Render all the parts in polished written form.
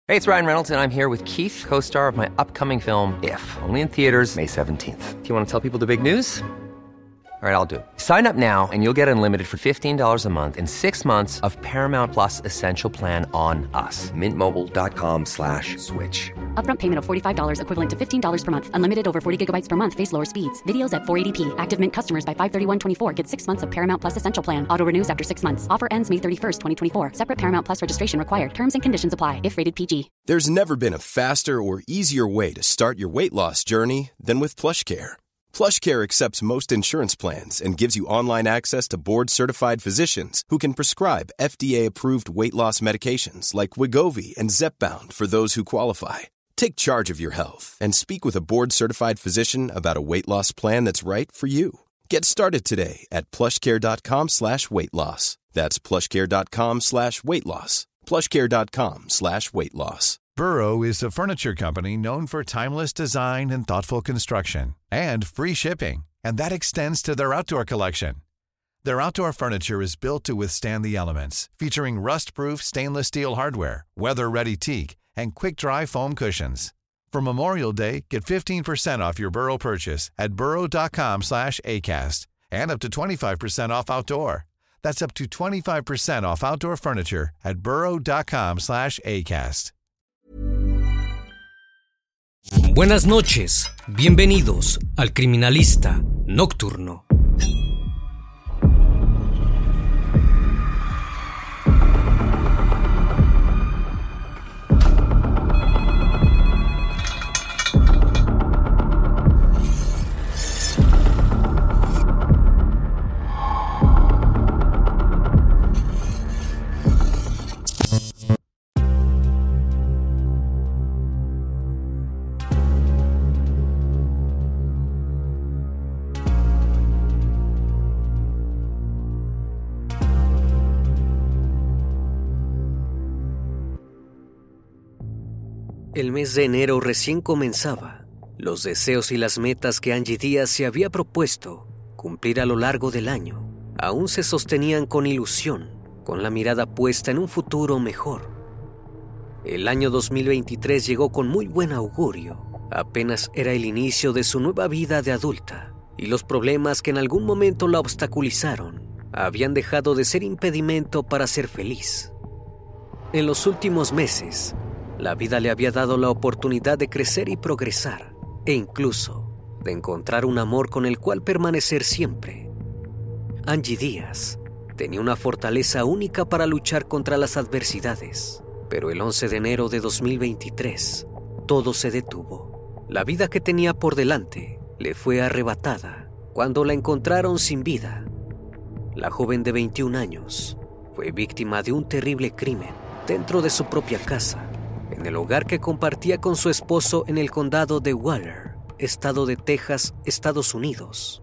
Hey, it's Ryan Reynolds, and I'm here with Keith, co-star of my upcoming film, If, only in theaters May 17th. Do you want to tell people the big news? All right, I'll do it. Sign up now and you'll get unlimited for $15 a month and 6 months of Paramount Plus Essential Plan on us. MintMobile.com/switch. Upfront payment of $45 equivalent to $15 per month. Unlimited over 40 gigabytes per month. Face lower speeds. Videos at 480p. Active Mint customers by 531.24 get 6 months of Paramount Plus Essential Plan. Auto renews after 6 months. Offer ends May 31st, 2024. Separate Paramount Plus registration required. Terms and conditions apply if rated PG. There's never been a faster or easier way to start your weight loss journey than with PlushCare. PlushCare accepts most insurance plans and gives you online access to board-certified physicians who can prescribe FDA-approved weight loss medications like Wegovy and Zepbound for those who qualify. Take charge of your health and speak with a board-certified physician about a weight loss plan that's right for you. Get started today at plushcare.com/weight loss. That's plushcare.com/weight loss. plushcare.com/weight loss. Burrow is a furniture company known for timeless design and thoughtful construction, and free shipping, and that extends to their outdoor collection. Their outdoor furniture is built to withstand the elements, featuring rust-proof stainless steel hardware, weather-ready teak, and quick-dry foam cushions. For Memorial Day, get 15% off your Burrow purchase at burrow.com/acast, and up to 25% off outdoor. That's up to 25% off outdoor furniture at burrow.com/acast. Buenas noches, bienvenidos al Criminalista Nocturno. El mes de enero recién comenzaba. Los deseos y las metas que Angie Díaz se había propuesto cumplir a lo largo del año aún se sostenían con ilusión, con la mirada puesta en un futuro mejor. El año 2023 llegó con muy buen augurio. Apenas era el inicio de su nueva vida de adulta, y los problemas que en algún momento la obstaculizaron habían dejado de ser impedimento para ser feliz. En los últimos meses, la vida le había dado la oportunidad de crecer y progresar, e incluso de encontrar un amor con el cual permanecer siempre. Angie Díaz tenía una fortaleza única para luchar contra las adversidades, pero el 11 de enero de 2023, todo se detuvo. La vida que tenía por delante le fue arrebatada cuando la encontraron sin vida. La joven de 21 años fue víctima de un terrible crimen dentro de su propia casa, en el hogar que compartía con su esposo en el condado de Waller, estado de Texas, Estados Unidos.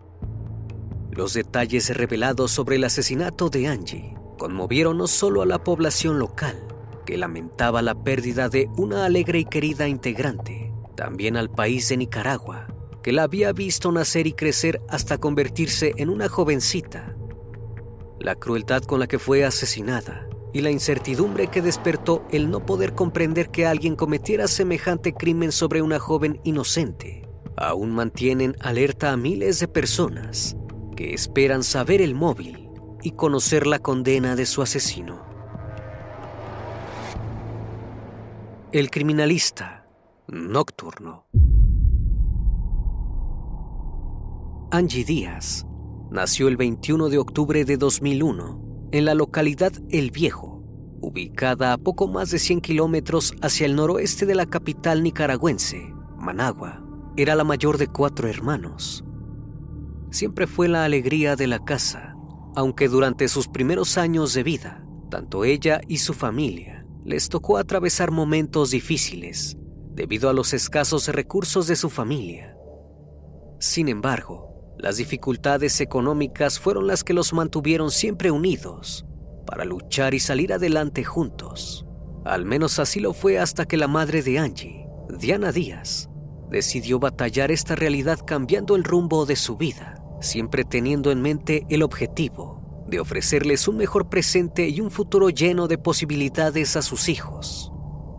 Los detalles revelados sobre el asesinato de Angie conmovieron no solo a la población local, que lamentaba la pérdida de una alegre y querida integrante, también al país de Nicaragua, que la había visto nacer y crecer hasta convertirse en una jovencita. La crueldad con la que fue asesinada y la incertidumbre que despertó el no poder comprender que alguien cometiera semejante crimen sobre una joven inocente aún mantienen alerta a miles de personas que esperan saber el móvil y conocer la condena de su asesino. El Criminalista Nocturno. Angie Díaz nació el 21 de octubre de 2001 en la localidad El Viejo, ubicada a poco más de 100 kilómetros hacia el noroeste de la capital nicaragüense, Managua. Era la mayor de 4 hermanos. Siempre fue la alegría de la casa, aunque durante sus primeros años de vida, tanto ella y su familia les tocó atravesar momentos difíciles debido a los escasos recursos de su familia. Sin embargo, las dificultades económicas fueron las que los mantuvieron siempre unidos para luchar y salir adelante juntos. Al menos así lo fue hasta que la madre de Angie, Diana Díaz, decidió batallar esta realidad cambiando el rumbo de su vida, siempre teniendo en mente el objetivo de ofrecerles un mejor presente y un futuro lleno de posibilidades a sus hijos.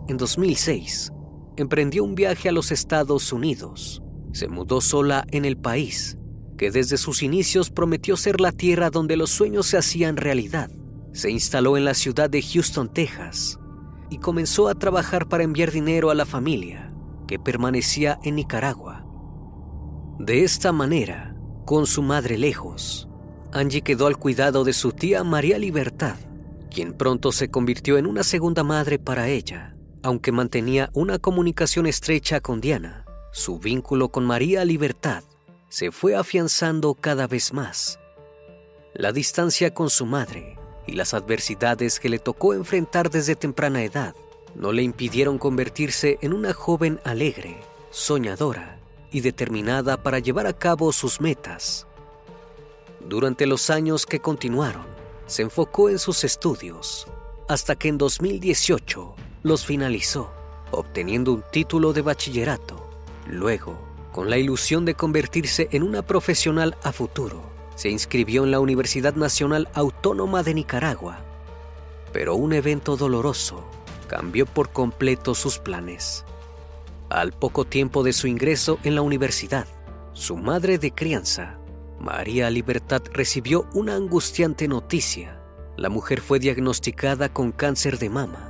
en 2006, emprendió un viaje a los Estados Unidos. Se mudó sola en el país, que desde sus inicios prometió ser la tierra donde los sueños se hacían realidad. Se instaló en la ciudad de Houston, Texas, y comenzó a trabajar para enviar dinero a la familia, que permanecía en Nicaragua. De esta manera, con su madre lejos, Angie quedó al cuidado de su tía María Libertad, quien pronto se convirtió en una segunda madre para ella. Aunque mantenía una comunicación estrecha con Diana, su vínculo con María Libertad se fue afianzando cada vez más. La distancia con su madre y las adversidades que le tocó enfrentar desde temprana edad no le impidieron convertirse en una joven alegre, soñadora y determinada para llevar a cabo sus metas. Durante los años que continuaron, se enfocó en sus estudios, hasta que en 2018 los finalizó, obteniendo un título de bachillerato. Luego, con la ilusión de convertirse en una profesional a futuro, se inscribió en la Universidad Nacional Autónoma de Nicaragua. Pero un evento doloroso cambió por completo sus planes. Al poco tiempo de su ingreso en la universidad, su madre de crianza, María Libertad, recibió una angustiante noticia. La mujer fue diagnosticada con cáncer de mama.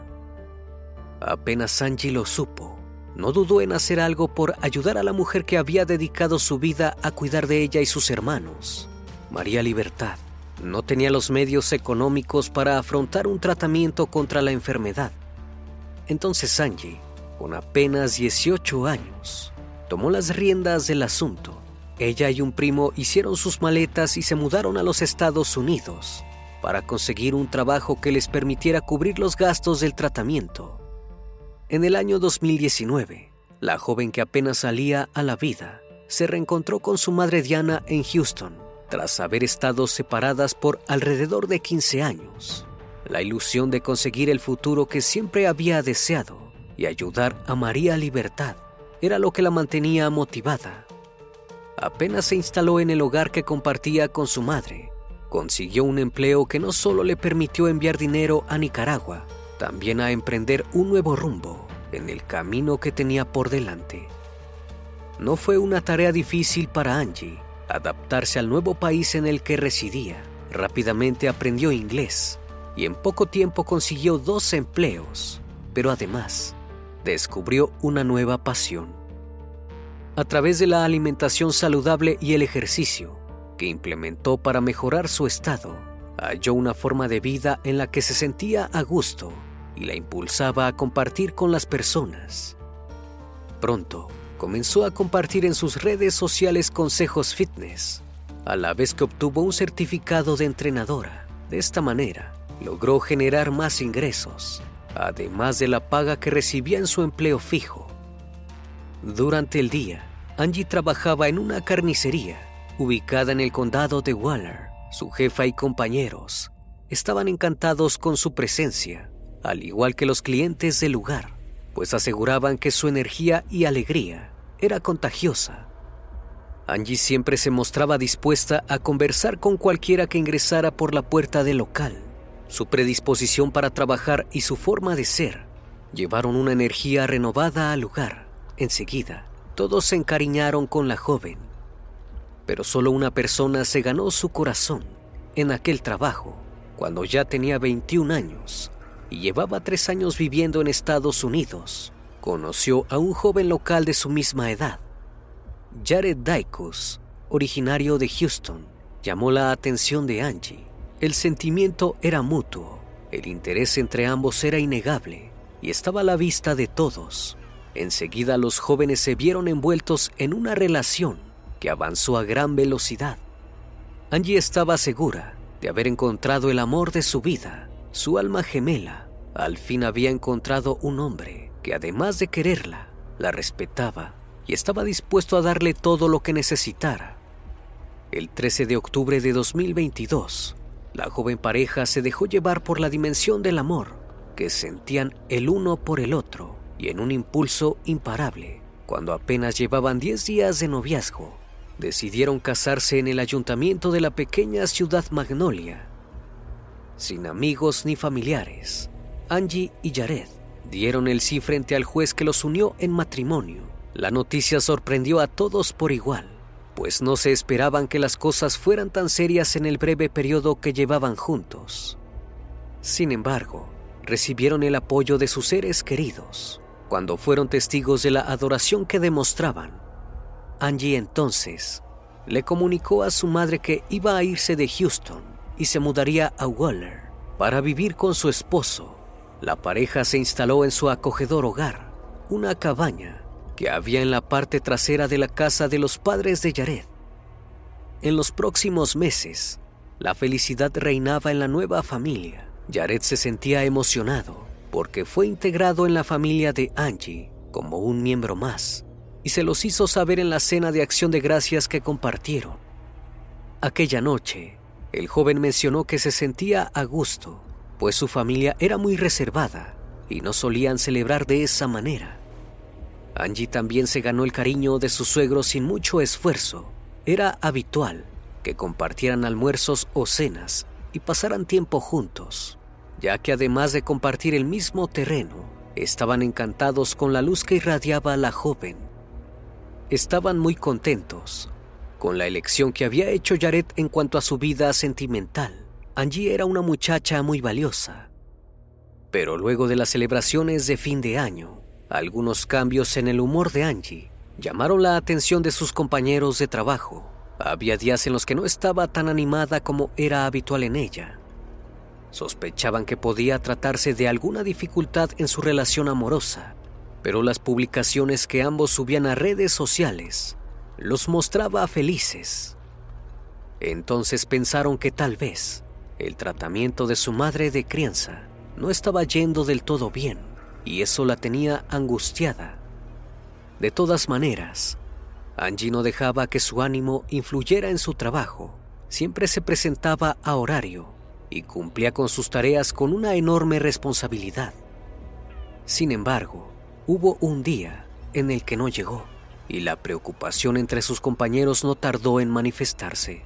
Apenas Angie lo supo, no dudó en hacer algo por ayudar a la mujer que había dedicado su vida a cuidar de ella y sus hermanos. María Libertad no tenía los medios económicos para afrontar un tratamiento contra la enfermedad. Entonces Angie, con apenas 18 años, tomó las riendas del asunto. Ella y un primo hicieron sus maletas y se mudaron a los Estados Unidos para conseguir un trabajo que les permitiera cubrir los gastos del tratamiento. En el año 2019, la joven que apenas salía a la vida se reencontró con su madre Diana en Houston, tras haber estado separadas por alrededor de 15 años. La ilusión de conseguir el futuro que siempre había deseado y ayudar a María Libertad era lo que la mantenía motivada. Apenas se instaló en el hogar que compartía con su madre, consiguió un empleo que no solo le permitió enviar dinero a Nicaragua, también a emprender un nuevo rumbo en el camino que tenía por delante. No fue una tarea difícil para Angie adaptarse al nuevo país en el que residía. Rápidamente aprendió inglés y en poco tiempo consiguió 2 empleos, pero además descubrió una nueva pasión. A través de la alimentación saludable y el ejercicio que implementó para mejorar su estado, halló una forma de vida en la que se sentía a gusto y la impulsaba a compartir con las personas. Pronto, comenzó a compartir en sus redes sociales consejos fitness, a la vez que obtuvo un certificado de entrenadora. De esta manera, logró generar más ingresos, además de la paga que recibía en su empleo fijo. Durante el día, Angie trabajaba en una carnicería ubicada en el condado de Waller. Su jefa y compañeros estaban encantados con su presencia, al igual que los clientes del lugar, pues aseguraban que su energía y alegría era contagiosa. Angie siempre se mostraba dispuesta a conversar con cualquiera que ingresara por la puerta del local. Su predisposición para trabajar y su forma de ser llevaron una energía renovada al lugar. Enseguida, todos se encariñaron con la joven. Pero solo una persona se ganó su corazón en aquel trabajo, cuando ya tenía 21 años y llevaba 3 años viviendo en Estados Unidos. Conoció a un joven local de su misma edad. Jared Daikus, originario de Houston, llamó la atención de Angie. El sentimiento era mutuo, el interés entre ambos era innegable y estaba a la vista de todos. Enseguida los jóvenes se vieron envueltos en una relación que avanzó a gran velocidad. Angie estaba segura de haber encontrado el amor de su vida, su alma gemela. Al fin había encontrado un hombre que, además de quererla, la respetaba y estaba dispuesto a darle todo lo que necesitara. El 13 de octubre de 2022, la joven pareja se dejó llevar por la dimensión del amor que sentían el uno por el otro y en un impulso imparable. Cuando apenas llevaban 10 días de noviazgo, decidieron casarse en el ayuntamiento de la pequeña ciudad Magnolia. Sin amigos ni familiares, Angie y Jared Dieron el sí frente al juez que los unió en matrimonio. La noticia sorprendió a todos por igual, pues no se esperaban que las cosas fueran tan serias en el breve periodo que llevaban juntos. Sin embargo, recibieron el apoyo de sus seres queridos cuando fueron testigos de la adoración que demostraban. Angie entonces le comunicó a su madre que iba a irse de Houston y se mudaría a Waller para vivir con su esposo. La pareja se instaló en su acogedor hogar, una cabaña que había en la parte trasera de la casa de los padres de Jared. En los próximos meses, la felicidad reinaba en la nueva familia. Jared se sentía emocionado porque fue integrado en la familia de Angie como un miembro más y se los hizo saber en la cena de acción de gracias que compartieron. Aquella noche, el joven mencionó que se sentía a gusto, pues su familia era muy reservada y no solían celebrar de esa manera. Angie también se ganó el cariño de sus suegros sin mucho esfuerzo. Era habitual que compartieran almuerzos o cenas y pasaran tiempo juntos, ya que además de compartir el mismo terreno, estaban encantados con la luz que irradiaba la joven. Estaban muy contentos con la elección que había hecho Jared en cuanto a su vida sentimental. Angie era una muchacha muy valiosa. Pero luego de las celebraciones de fin de año, algunos cambios en el humor de Angie llamaron la atención de sus compañeros de trabajo. Había días en los que no estaba tan animada como era habitual en ella. Sospechaban que podía tratarse de alguna dificultad en su relación amorosa, pero las publicaciones que ambos subían a redes sociales los mostraba felices. Entonces pensaron que tal vez el tratamiento de su madre de crianza no estaba yendo del todo bien y eso la tenía angustiada. De todas maneras, Angie no dejaba que su ánimo influyera en su trabajo. Siempre se presentaba a horario y cumplía con sus tareas con una enorme responsabilidad. Sin embargo, hubo un día en el que no llegó y la preocupación entre sus compañeros no tardó en manifestarse.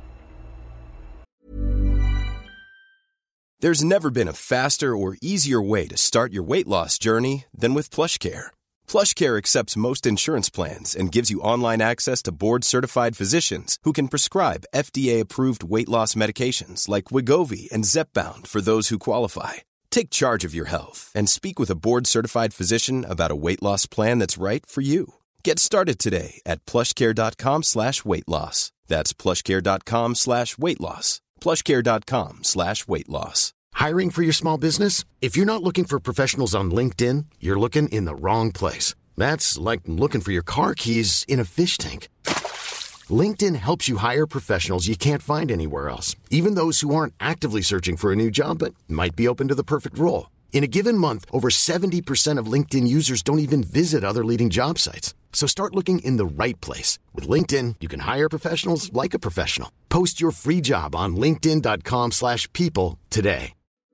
There's never been a faster or easier way to start your weight loss journey than with PlushCare. PlushCare accepts most insurance plans and gives you online access to board-certified physicians who can prescribe FDA-approved weight loss medications like Wegovy and Zepbound for those who qualify. Take charge of your health and speak with a board-certified physician about a weight loss plan that's right for you. Get started today at plushcare.com/weight loss. That's plushcare.com/weight loss. plushcare.com/weight loss. Hiring for your small business? If you're not looking for professionals on LinkedIn, you're looking in the wrong place. That's like looking for your car keys in a fish tank. LinkedIn helps you hire professionals you can't find anywhere else, even those who aren't actively searching for a new job but might be open to the perfect role. In a given month, over 70% of LinkedIn users don't even visit other leading job sites. So start looking in the right place. With LinkedIn, you can hire professionals like a professional. Post your free job on linkedin.com/people today.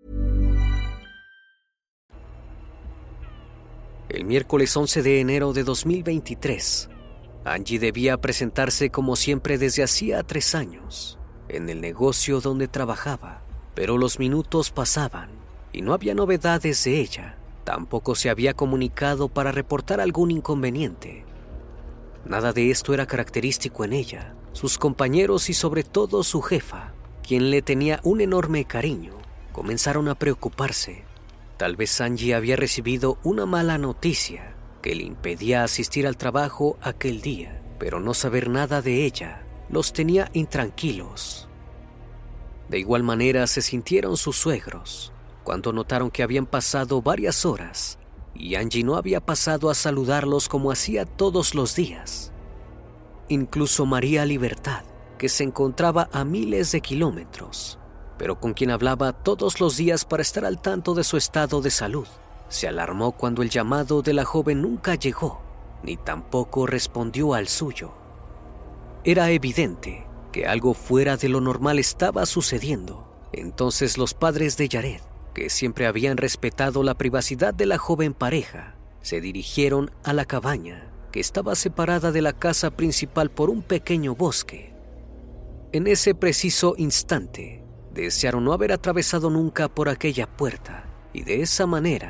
El miércoles 11 de enero de 2023, Angie debía presentarse como siempre desde hacía 3 años, en el negocio donde trabajaba, pero los minutos pasaban y no había novedades de ella. Tampoco se había comunicado para reportar algún inconveniente. Nada de esto era característico en ella. Sus compañeros y sobre todo su jefa, quien le tenía un enorme cariño, comenzaron a preocuparse. Tal vez Angie había recibido una mala noticia que le impedía asistir al trabajo aquel día, pero no saber nada de ella los tenía intranquilos. De igual manera se sintieron sus suegros cuando notaron que habían pasado varias horas y Angie no había pasado a saludarlos como hacía todos los días. Incluso María Libertad, que se encontraba a miles de kilómetros, pero con quien hablaba todos los días para estar al tanto de su estado de salud, se alarmó cuando el llamado de la joven nunca llegó, ni tampoco respondió al suyo. Era evidente que algo fuera de lo normal estaba sucediendo. Entonces los padres de Jared, que siempre habían respetado la privacidad de la joven pareja, se dirigieron a la cabaña, que estaba separada de la casa principal por un pequeño bosque. En ese preciso instante, desearon no haber atravesado nunca por aquella puerta y de esa manera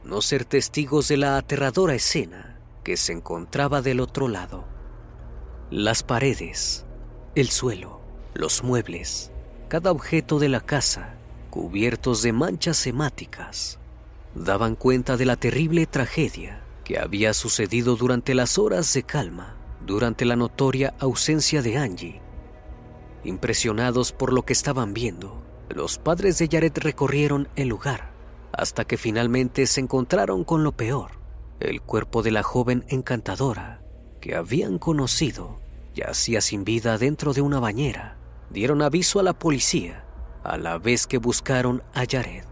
no ser testigos de la aterradora escena que se encontraba del otro lado. Las paredes, el suelo, los muebles, cada objeto de la casa, cubiertos de manchas hemáticas, daban cuenta de la terrible tragedia que había sucedido durante las horas de calma, durante la notoria ausencia de Angie. Impresionados por lo que estaban viendo, los padres de Jared recorrieron el lugar hasta que finalmente se encontraron con lo peor: el cuerpo de la joven encantadora que habían conocido yacía sin vida dentro de una bañera. Dieron aviso a la policía a la vez que buscaron a Jared.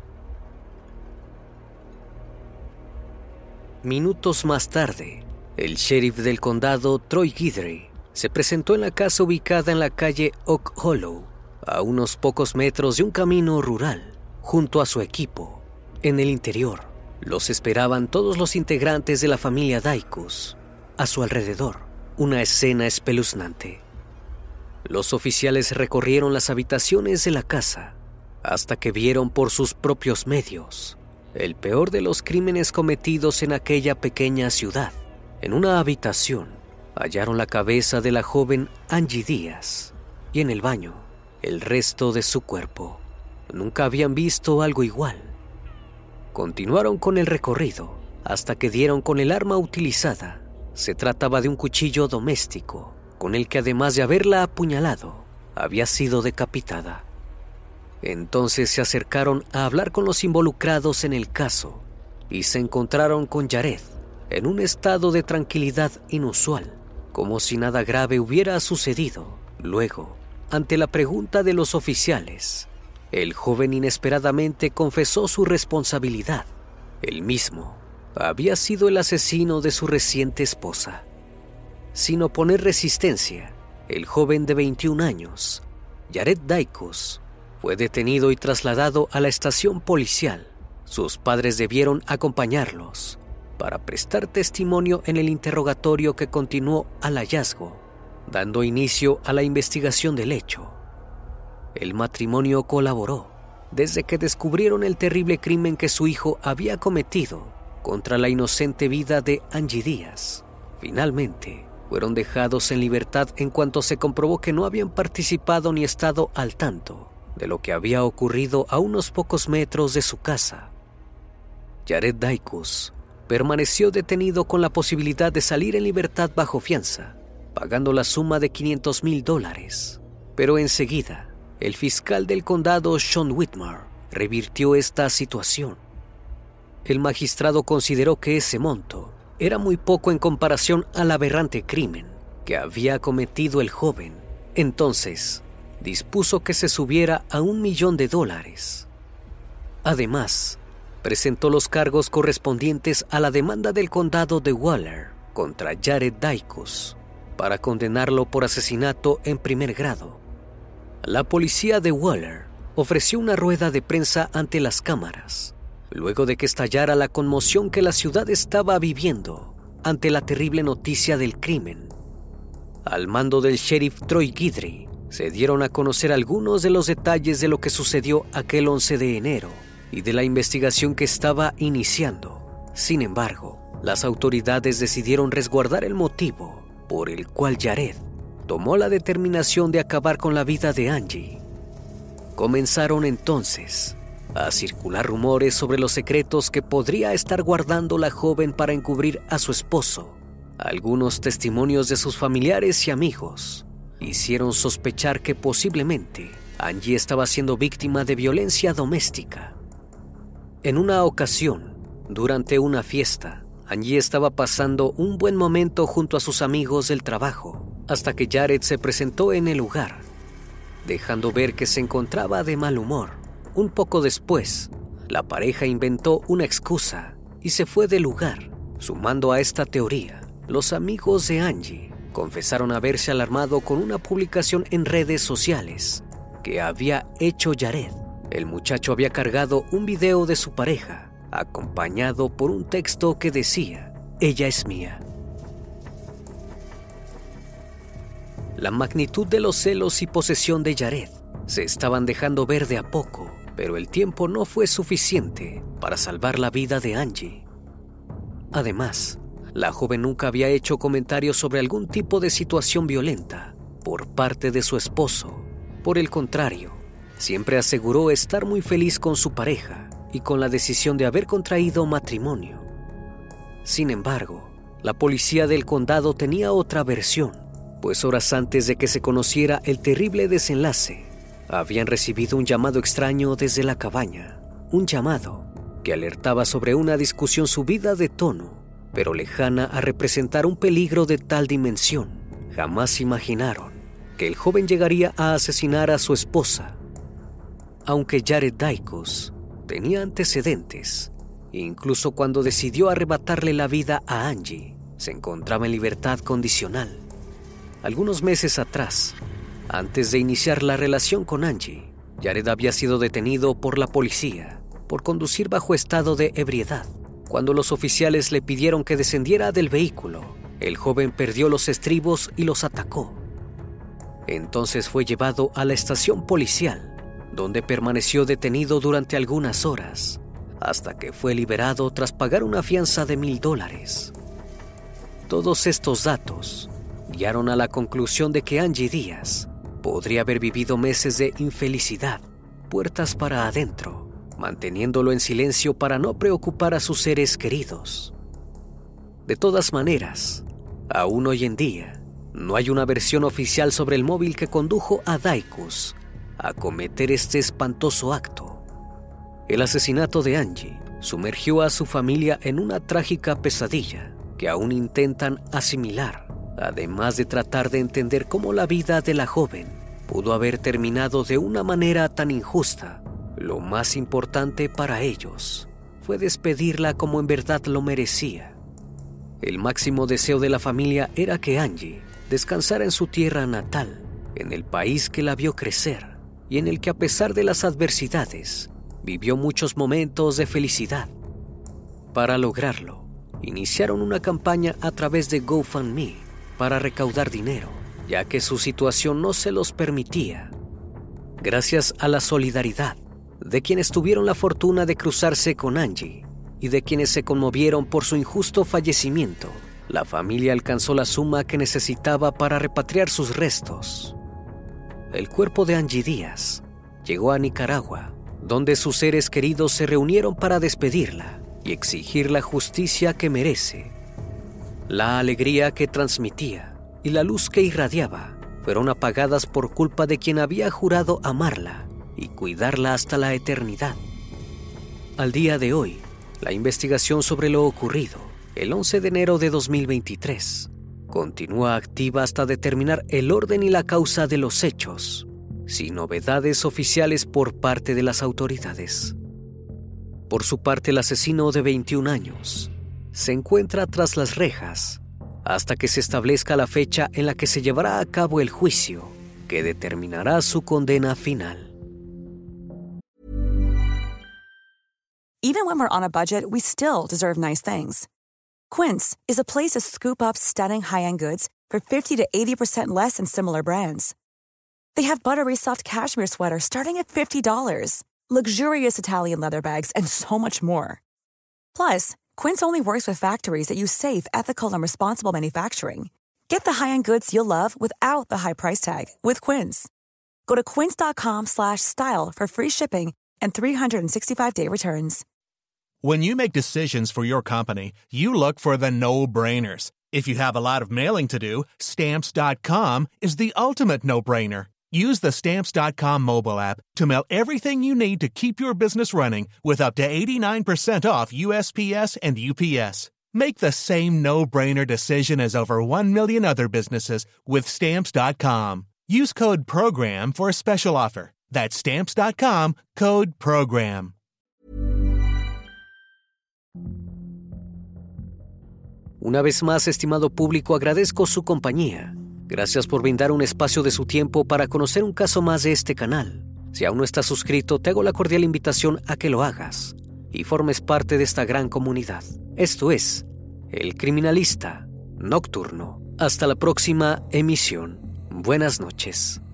Minutos más tarde, el sheriff del condado, Troy Guidry, se presentó en la casa ubicada en la calle Oak Hollow, a unos pocos metros de un camino rural, junto a su equipo. En el interior, los esperaban todos los integrantes de la familia Daikus. A su alrededor, una escena espeluznante. Los oficiales recorrieron las habitaciones de la casa hasta que vieron por sus propios medios el peor de los crímenes cometidos en aquella pequeña ciudad. En una habitación hallaron la cabeza de la joven Angie Díaz y en el baño el resto de su cuerpo. Nunca habían visto algo igual. Continuaron con el recorrido hasta que dieron con el arma utilizada. Se trataba de un cuchillo doméstico con el que, además de haberla apuñalado, había sido decapitada. Entonces se acercaron a hablar con los involucrados en el caso y se encontraron con Jared en un estado de tranquilidad inusual, como si nada grave hubiera sucedido. Luego, ante la pregunta de los oficiales, el joven inesperadamente confesó su responsabilidad. Él mismo había sido el asesino de su reciente esposa. Sin oponer resistencia, el joven de 21 años, Jared Daikus, fue detenido y trasladado a la estación policial. Sus padres debieron acompañarlos para prestar testimonio en el interrogatorio que continuó al hallazgo, dando inicio a la investigación del hecho. El matrimonio colaboró desde que descubrieron el terrible crimen que su hijo había cometido contra la inocente vida de Angie Díaz. Finalmente, fueron dejados en libertad en cuanto se comprobó que no habían participado ni estado al tanto de lo que había ocurrido a unos pocos metros de su casa. Jared Daikus permaneció detenido con la posibilidad de salir en libertad bajo fianza, pagando la suma de $500,000. Pero enseguida, el fiscal del condado, Sean Whitmer, revirtió esta situación. El magistrado consideró que ese monto era muy poco en comparación al aberrante crimen que había cometido el joven. Entonces, dispuso que se subiera a $1,000,000. Además, presentó los cargos correspondientes a la demanda del condado de Waller contra Jared Daikus para condenarlo por asesinato en primer grado. La policía de Waller ofreció una rueda de prensa ante las cámaras, luego de que estallara la conmoción que la ciudad estaba viviendo ante la terrible noticia del crimen. Al mando del sheriff Troy Guidry, se dieron a conocer algunos de los detalles de lo que sucedió aquel 11 de enero y de la investigación que estaba iniciando. Sin embargo, las autoridades decidieron resguardar el motivo por el cual Jared tomó la determinación de acabar con la vida de Angie. Comenzaron entonces a circular rumores sobre los secretos que podría estar guardando la joven para encubrir a su esposo. Algunos testimonios de sus familiares y amigos hicieron sospechar que posiblemente Angie estaba siendo víctima de violencia doméstica. En una ocasión, durante una fiesta, Angie estaba pasando un buen momento junto a sus amigos del trabajo, hasta que Jared se presentó en el lugar, dejando ver que se encontraba de mal humor. Un poco después, la pareja inventó una excusa y se fue del lugar. Sumando a esta teoría, los amigos de Angie confesaron haberse alarmado con una publicación en redes sociales que había hecho Jared. El muchacho había cargado un video de su pareja, acompañado por un texto que decía: "Ella es mía". La magnitud de los celos y posesión de Jared se estaban dejando ver de a poco. pero el tiempo no fue suficiente para salvar la vida de Angie. Además, la joven nunca había hecho comentarios sobre algún tipo de situación violenta por parte de su esposo. Por el contrario, siempre aseguró estar muy feliz con su pareja y con la decisión de haber contraído matrimonio. Sin embargo, la policía del condado tenía otra versión, pues horas antes de que se conociera el terrible desenlace, habían recibido un llamado extraño desde la cabaña, un llamado que alertaba sobre una discusión subida de tono, pero lejana a representar un peligro de tal dimensión. Jamás imaginaron que el joven llegaría a asesinar a su esposa. Aunque Jared Dicus tenía antecedentes, incluso cuando decidió arrebatarle la vida a Angie, se encontraba en libertad condicional. Algunos meses atrás, antes de iniciar la relación con Angie, Jared había sido detenido por la policía por conducir bajo estado de ebriedad. Cuando los oficiales le pidieron que descendiera del vehículo, el joven perdió los estribos y los atacó. Entonces fue llevado a la estación policial, donde permaneció detenido durante algunas horas, hasta que fue liberado tras pagar una fianza de $1,000. Todos estos datos guiaron a la conclusión de que Angie Díaz podría haber vivido meses de infelicidad, puertas para adentro, manteniéndolo en silencio para no preocupar a sus seres queridos. De todas maneras, aún hoy en día, no hay una versión oficial sobre el móvil que condujo a Dicus a cometer este espantoso acto. El asesinato de Angie sumergió a su familia en una trágica pesadilla que aún intentan asimilar, además de tratar de entender cómo la vida de la joven pudo haber terminado de una manera tan injusta. Lo más importante para ellos fue despedirla como en verdad lo merecía. El máximo deseo de la familia era que Angie descansara en su tierra natal, en el país que la vio crecer y en el que, a pesar de las adversidades, vivió muchos momentos de felicidad. Para lograrlo, iniciaron una campaña a través de GoFundMe para recaudar dinero, ya que su situación no se los permitía. Gracias a la solidaridad de quienes tuvieron la fortuna de cruzarse con Angie y de quienes se conmovieron por su injusto fallecimiento, la familia alcanzó la suma que necesitaba para repatriar sus restos. El cuerpo de Angie Díaz llegó a Nicaragua, donde sus seres queridos se reunieron para despedirla y exigir la justicia que merece. La alegría que transmitía y la luz que irradiaba fueron apagadas por culpa de quien había jurado amarla y cuidarla hasta la eternidad. Al día de hoy, la investigación sobre lo ocurrido el 11 de enero de 2023 continúa activa hasta determinar el orden y la causa de los hechos, sin novedades oficiales por parte de las autoridades. Por su parte, el asesino de 21 años se encuentra tras las rejas hasta que se establezca la fecha en la que se llevará a cabo el juicio que determinará su condena final. Even when we're on a budget, we still deserve nice things. Quince is a place to scoop up stunning high-end goods for 50 to 80% less than similar brands. They have buttery soft cashmere sweaters starting at $50, luxurious Italian leather bags, and so much more. Plus, Quince only works with factories that use safe, ethical, and responsible manufacturing. Get the high-end goods you'll love without the high price tag with Quince. Go to quince.com/style for free shipping and 365-day returns. When you make decisions for your company, you look for the no-brainers. If you have a lot of mailing to do, Stamps.com is the ultimate no-brainer. Use the Stamps.com mobile app to mail everything you need to keep your business running with up to 89% off USPS and UPS. Make the same no-brainer decision as over 1 million other businesses with Stamps.com. Use code PROGRAM for a special offer. That's Stamps.com, code PROGRAM. Una vez más, estimado público, agradezco su compañía. Gracias por brindar un espacio de su tiempo para conocer un caso más de este canal. Si aún no estás suscrito, te hago la cordial invitación a que lo hagas y formes parte de esta gran comunidad. Esto es El Criminalista Nocturno. Hasta la próxima emisión. Buenas noches.